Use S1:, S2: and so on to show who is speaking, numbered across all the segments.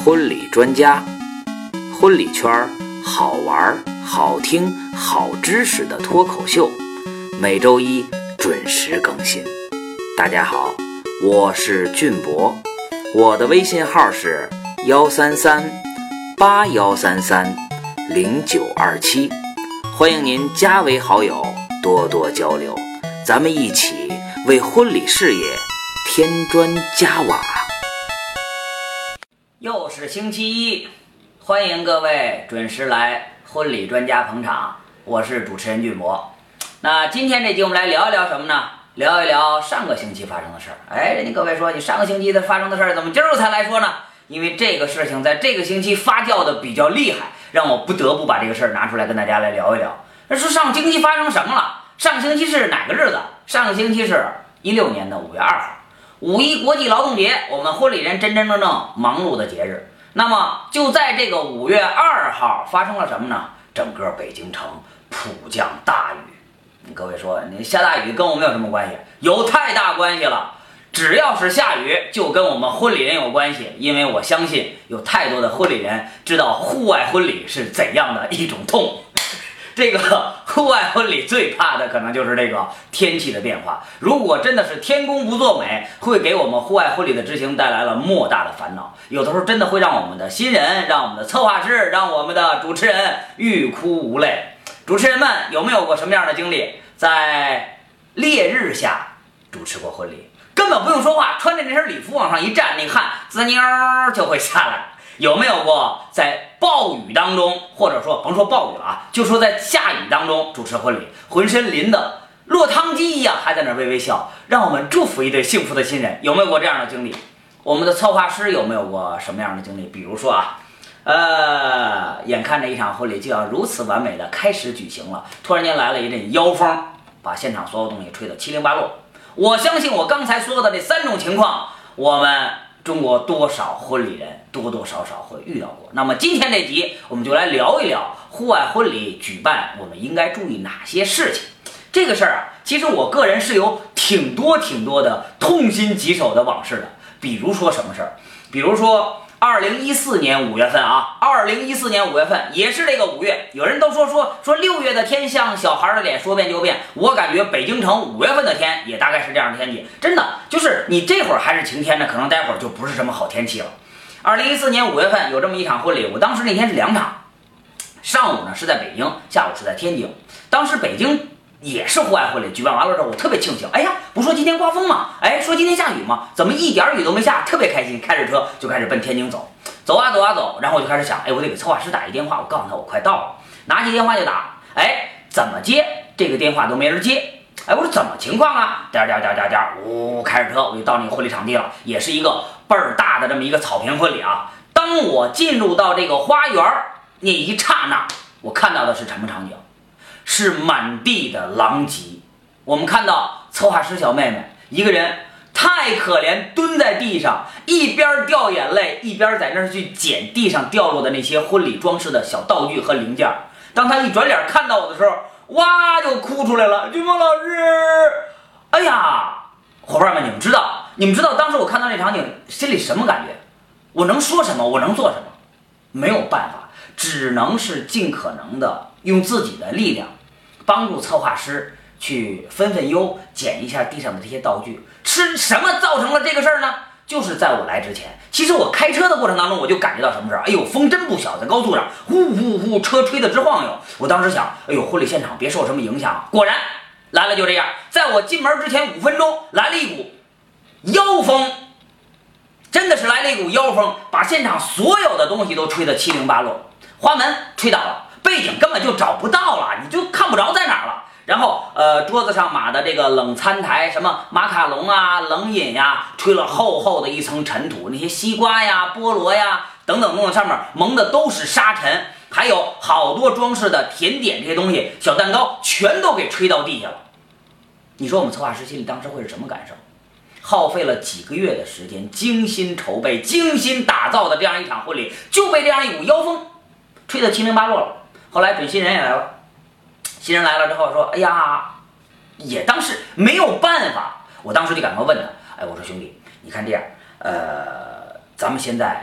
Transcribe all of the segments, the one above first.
S1: 婚礼专家，婚礼圈好玩、好听、好知识的脱口秀，每周一准时更新。大家好，我是俊博，我的微信号是13381330927，欢迎您加为好友，多多交流，咱们一起为婚礼事业添砖加瓦。又是星期一，欢迎各位准时来婚礼专家捧场，我是主持人俊博。那今天这集我们来聊一聊什么呢？聊一聊上个星期发生的事儿。人家各位说，你上个星期的发生的事儿怎么今儿才来说呢？因为这个事情在这个星期发酵的比较厉害，让我不得不把这个事儿拿出来跟大家来聊一聊。那说上个星期发生什么了？上个星期是哪个日子？上个星期是16年的5月2号，五一国际劳动节，我们婚礼人真真正正忙碌的节日。那么就在这个5月2号发生了什么呢？整个北京城普降大雨。各位说，你下大雨跟我们有什么关系？有太大关系了。只要是下雨就跟我们婚礼人有关系，因为我相信有太多的婚礼人知道户外婚礼是怎样的一种痛。这个户外婚礼最怕的可能就是这个天气的变化，如果真的是天公不作美，会给我们户外婚礼的执行带来了莫大的烦恼，有的时候真的会让我们的新人，让我们的策划师，让我们的主持人欲哭无泪。主持人们有没有过什么样的经历，在烈日下主持过婚礼？根本不用说话，穿着这身礼服往上一站，那汗滋妞就会下来。有没有过在暴雨当中，或者说甭说暴雨了啊，就说在下雨当中主持婚礼，浑身淋的落汤鸡一样，还在那微微笑，让我们祝福一对幸福的新人。有没有过这样的经历？我们的策划师有没有过什么样的经历？比如说眼看着一场婚礼就要如此完美的开始举行了，突然间来了一阵妖风，把现场所有东西吹得七零八落。我相信我刚才说的这3种情况，我们中国多少婚礼人多多少少会遇到过。那么今天这集我们就来聊一聊户外婚礼举办我们应该注意哪些事情。这个事儿其实我个人是有挺多的痛心疾首的往事的。比如说什么事儿？比如说2014年5月份，2014年5月份也是这个5月，有人都说6月的天像小孩的脸，说变就变。我感觉北京城5月份的天也大概是这样的天气，真的就是你这会儿还是晴天呢，可能待会儿就不是什么好天气了。2014年5月份有这么一场婚礼，我当时那天是2场，上午呢是在北京，下午是在天津。当时北京也是户外婚礼，举办完了之后我特别庆幸，不说今天刮风吗？说今天下雨吗？怎么一点雨都没下？特别开心，开着车就开始奔天津走，走，然后我就开始想，我得给策划师打一电话，我告诉他我快到了。拿起电话就打，怎么接这个电话都没人接。我说怎么情况啊？开着车我就到那个婚礼场地了，也是一个倍儿大的这么一个草坪婚礼啊。当我进入到这个花园那一刹那，我看到的是什么场景？是满地的狼藉。我们看到策划师小妹妹一个人太可怜，蹲在地上，一边掉眼泪，一边在那儿去捡地上掉落的那些婚礼装饰的小道具和零件。当她一转脸看到我的时候，哇就哭出来了。俊峰老师，伙伴们，你们知道当时我看到那场景心里什么感觉？我能说什么？我能做什么？没有办法，只能是尽可能的用自己的力量帮助策划师去分忧，捡一下地上的这些道具。是什么造成了这个事儿呢？就是在我来之前，其实我开车的过程当中我就感觉到什么事儿？风真不小，在高速上呼车吹得直晃悠。我当时想，婚礼现场别受什么影响。果然来了，就这样，在我进门之前5分钟来了一股妖风，真的是来了一股妖风，把现场所有的东西都吹得七零八落，花门吹倒了，背景根本就找不到了，你就看不着在哪儿了。然后桌子上码的这个冷餐台，什么马卡龙啊、冷饮呀，吹了厚的一层尘土，那些西瓜呀、菠萝呀等等上面蒙的都是沙尘，还有好多装饰的甜点这些东西，小蛋糕全都给吹到地下了。你说我们策划师心里当时会是什么感受？耗费了几个月的时间，精心筹备、精心打造的这样一场婚礼，就被这样一股妖风吹得七零八落了。后来准新人也来了，新人来了之后说，也当时没有办法。我当时就赶快问他，我说兄弟，你看这样，咱们现在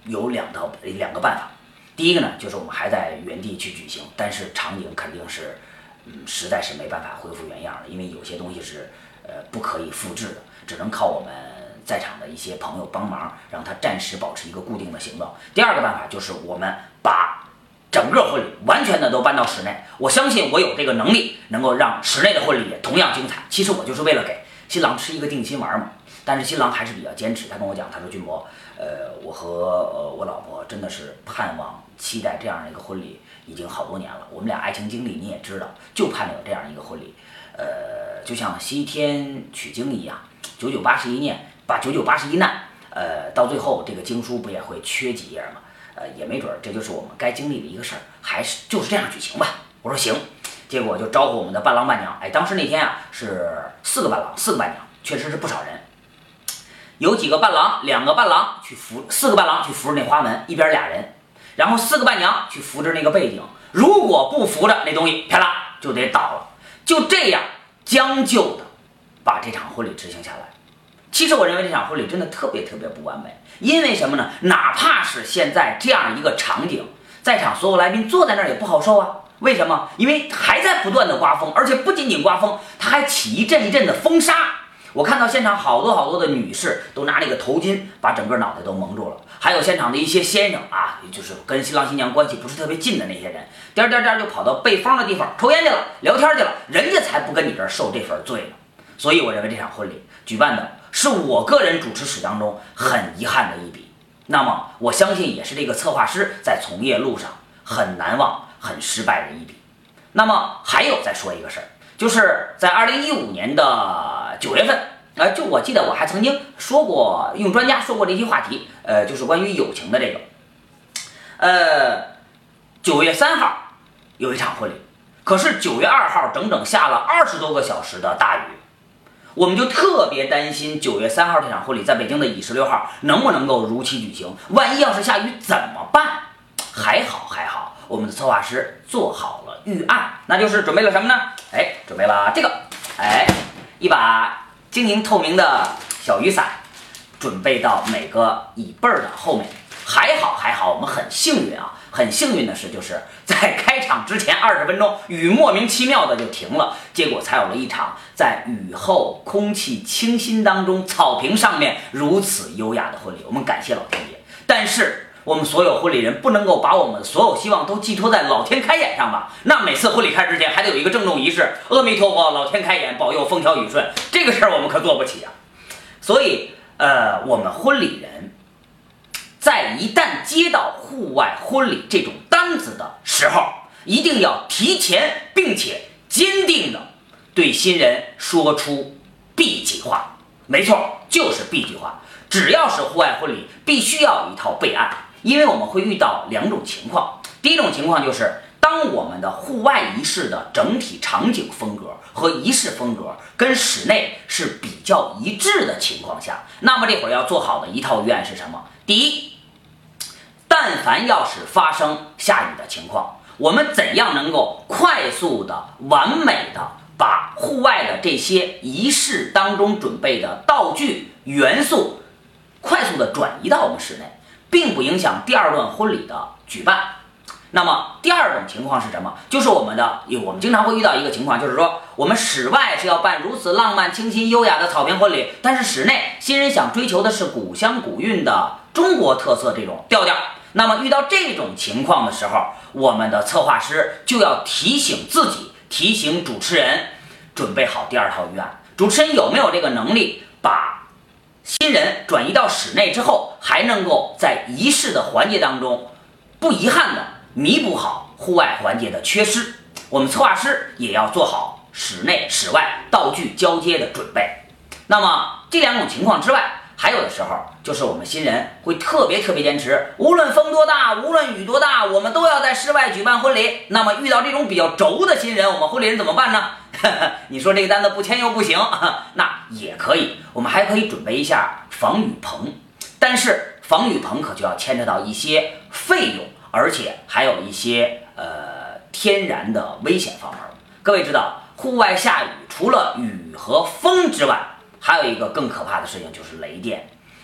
S1: 有两个办法。第一个呢，就是我们还在原地去举行，但是场景肯定是，实在是没办法恢复原样了，因为有些东西是不可以复制的，只能靠我们在场的一些朋友帮忙，让它暂时保持一个固定的形状。第二个办法就是我们把整个婚礼完全的都搬到室内，我相信我有这个能力，能够让室内的婚礼也同样精彩。其实我就是为了给新郎吃一个定心丸嘛。但是新郎还是比较坚持，他跟我讲，他说俊博，我和我老婆真的是盼望、期待这样的一个婚礼已经好多年了。我们俩爱情经历你也知道，就盼着有这样一个婚礼，就像西天取经一样，九九八十一难，把九九八十一难，到最后这个经书不也会缺几页吗？也没准这就是我们该经历的一个事儿，还是就是这样举行吧。我说行，结果就招呼我们的伴郎伴娘，当时那天啊是4个伴郎4个伴娘，确实是不少人。有几个伴郎，2个伴郎去扶，4个伴郎去扶着那花门，一边俩人，然后4个伴娘去扶着那个背景，如果不扶着那东西，啪啦就得倒了。就这样将就的把这场婚礼执行下来。其实我认为这场婚礼真的特别不完美，因为什么呢？哪怕是现在这样一个场景，在场所有来宾坐在那儿也不好受啊。为什么？因为还在不断的刮风，而且不仅仅刮风，它还起一阵的风沙。我看到现场好多的女士都拿那个头巾把整个脑袋都蒙住了，还有现场的一些先生啊，就是跟新郎新娘关系不是特别近的那些人，颠就跑到背风的地方抽烟去了，聊天去了，人家才不跟你这儿受这份罪呢。所以我认为这场婚礼举办的是我个人主持史当中很遗憾的一笔，那么我相信也是这个策划师在从业路上很难忘、很失败的一笔。那么还有再说一个事儿，就是在2015年的9月份，就我记得我还曾经说过，用专家说过这些话题，就是关于友情的这个。9月3号有一场婚礼，可是9月2号整整下了20多个小时的大雨，我们就特别担心9月3号这场婚礼在北京的乙16号能不能够如期举行，万一要是下雨怎么办？还好，我们的策划师做好了预案，那就是准备了什么呢？准备了这个，一把晶莹透明的小雨伞，准备到每个椅背的后面。还好，我们很幸运啊！很幸运的是，就是在开场之前20分钟，雨莫名其妙的就停了，结果才有了一场在雨后空气清新当中，草坪上面如此优雅的婚礼。我们感谢老天爷，但是我们所有婚礼人不能够把我们的所有希望都寄托在老天开眼上吧？那每次婚礼开之前还得有一个郑重仪式，阿弥陀佛，老天开眼，保佑风调雨顺，这个事儿我们可做不起啊。所以，我们婚礼人在一旦接到户外婚礼这种单子的时候，一定要提前并且坚定的对新人说出 B 计划。没错，就是 B 计划。只要是户外婚礼，必须要有一套备案，因为我们会遇到2种情况。第一种情况就是，当我们的户外仪式的整体场景风格和仪式风格跟室内是比较一致的情况下，那么这会儿要做好的一套预案是什么？第一，但凡要是发生下雨的情况，我们怎样能够快速的、完美的把户外的这些仪式当中准备的道具元素快速的转移到我们室内，并不影响第2段婚礼的举办。那么第2种情况是什么？就是我们经常会遇到一个情况，就是说我们室外是要办如此浪漫、清新、优雅的草坪婚礼，但是室内新人想追求的是古香古韵的中国特色这种调调。那么遇到这种情况的时候，我们的策划师就要提醒自己，提醒主持人准备好第2套预案。主持人有没有这个能力把新人转移到室内之后，还能够在仪式的环节当中不遗憾的弥补好户外环节的缺失？我们策划师也要做好室内室外道具交接的准备。那么这2种情况之外，还有的时候就是我们新人会特别坚持，无论风多大，无论雨多大，我们都要在室外举办婚礼。那么遇到这种比较轴的新人，我们婚礼人怎么办呢？你说这个单子不签又不行，那也可以，我们还可以准备一下防雨棚，但是防雨棚可就要牵扯到一些费用，而且还有一些天然的危险方面。各位知道，户外下雨除了雨和风之外，还有一个更可怕的事情，就是雷电。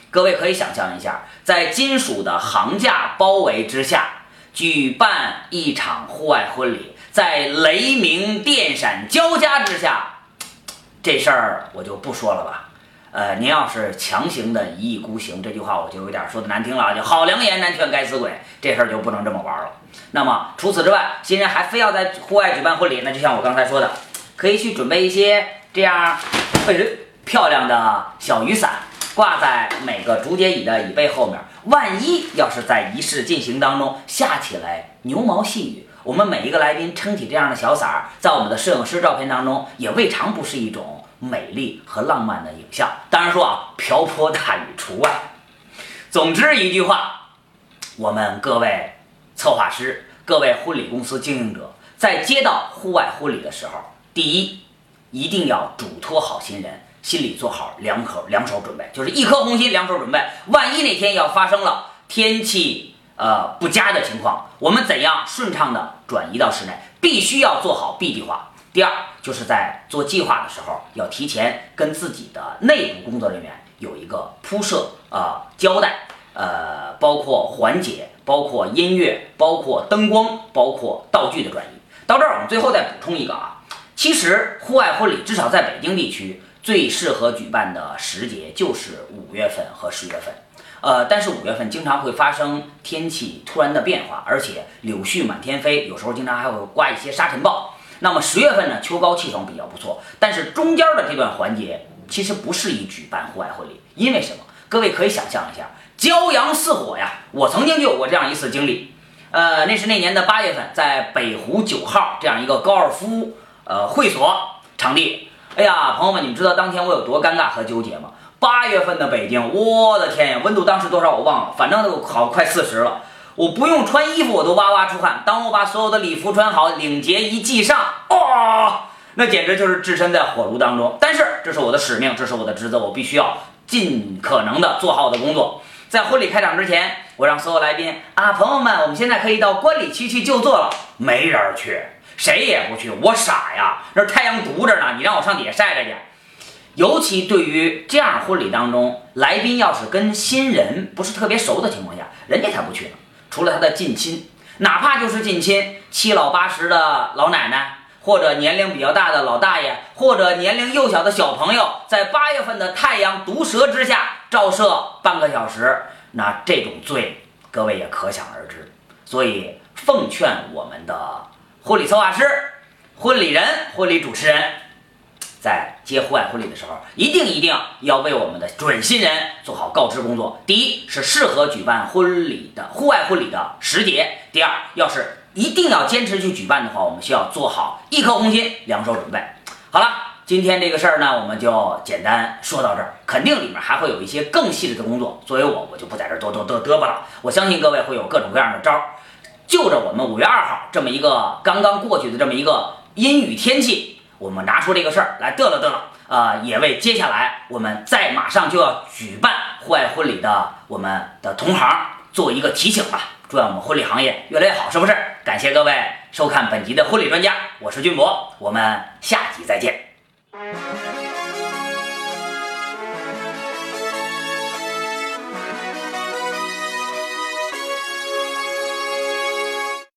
S1: 各位可以想象一下，在金属的行架包围之下，举办一场户外婚礼，在雷鸣电闪交加之下，这事儿我就不说了吧。您要是强行的一意孤行，这句话我就有点说的难听了，就好良言难劝该死鬼，这事儿就不能这么玩了。那么除此之外，新人还非要在户外举办婚礼，那就像我刚才说的，可以去准备一些这样漂亮的小雨伞，挂在每个竹节椅的椅背后面。万一要是在仪式进行当中下起来牛毛细雨，我们每一个来宾撑起这样的小伞，在我们的摄影师照片当中也未尝不是一种美丽和浪漫的影像。当然说啊，瓢泼大雨除外。总之一句话，我们各位策划师、各位婚礼公司经营者，在接到户外婚礼的时候，第一，一定要嘱托好新人，心里做好两手准备，就是一颗红心，两手准备。万一那天要发生了天气不佳的情况，我们怎样顺畅的转移到室内，必须要做好 B 计划。第二，就是在做计划的时候，要提前跟自己的内部工作人员有一个铺设交代，包括环节，包括音乐，包括灯光，包括道具的转移。到这儿我们最后再补充一个啊，其实户外婚礼至少在北京地区最适合举办的时节就是5月份和10月份。但是5月份经常会发生天气突然的变化，而且柳絮满天飞，有时候经常还会刮一些沙尘暴。那么10月份呢，秋高气爽比较不错，但是中间的这段环节其实不适宜举办户外婚礼，因为什么？各位可以想象一下，骄阳似火呀！我曾经就有过这样一次经历，那是那年的8月份，在北湖9号这样一个高尔夫会所场地。哎呀，朋友们，你们知道当天我有多尴尬和纠结吗？8月份的北京，我的天呀，温度当时多少我忘了，反正都好快40了。我不用穿衣服我都哇哇出汗，当我把所有的礼服穿好，领结一系上，那简直就是置身在火炉当中。但是这是我的使命，这是我的职责，我必须要尽可能的做好我的工作。在婚礼开场之前，我让所有来宾朋友们，我们现在可以到观礼区去就座了。没人去，谁也不去，我傻呀，那太阳毒着呢，你让我上底下晒着去。尤其对于这样婚礼当中，来宾要是跟新人不是特别熟的情况下，人家才不去呢。除了他的近亲，哪怕就是近亲，7老80的老奶奶，或者年龄比较大的老大爷，或者年龄幼小的小朋友，在8月份的太阳毒舌之下照射半个小时，那这种罪各位也可想而知。所以奉劝我们的婚礼策划师、婚礼人、婚礼主持人，在接户外婚礼的时候，一定要为我们的准新人做好告知工作。第一是适合举办户外婚礼的时节，第二，要是一定要坚持去举办的话，我们需要做好一颗红心，两手准备。好了，今天这个事儿呢，我们就简单说到这儿，肯定里面还会有一些更细致的工作，作为我就不在这儿嘚啵了。我相信各位会有各种各样的招儿。就着我们5月2号这么一个刚刚过去的这么一个阴雨天气，我们拿出这个事儿来嘚了，也为接下来我们马上就要举办户外婚礼的我们的同行做一个提醒吧。祝愿我们婚礼行业越来越好，是不是？感谢各位收看本集的婚礼专家，我是俊博，我们下集再见。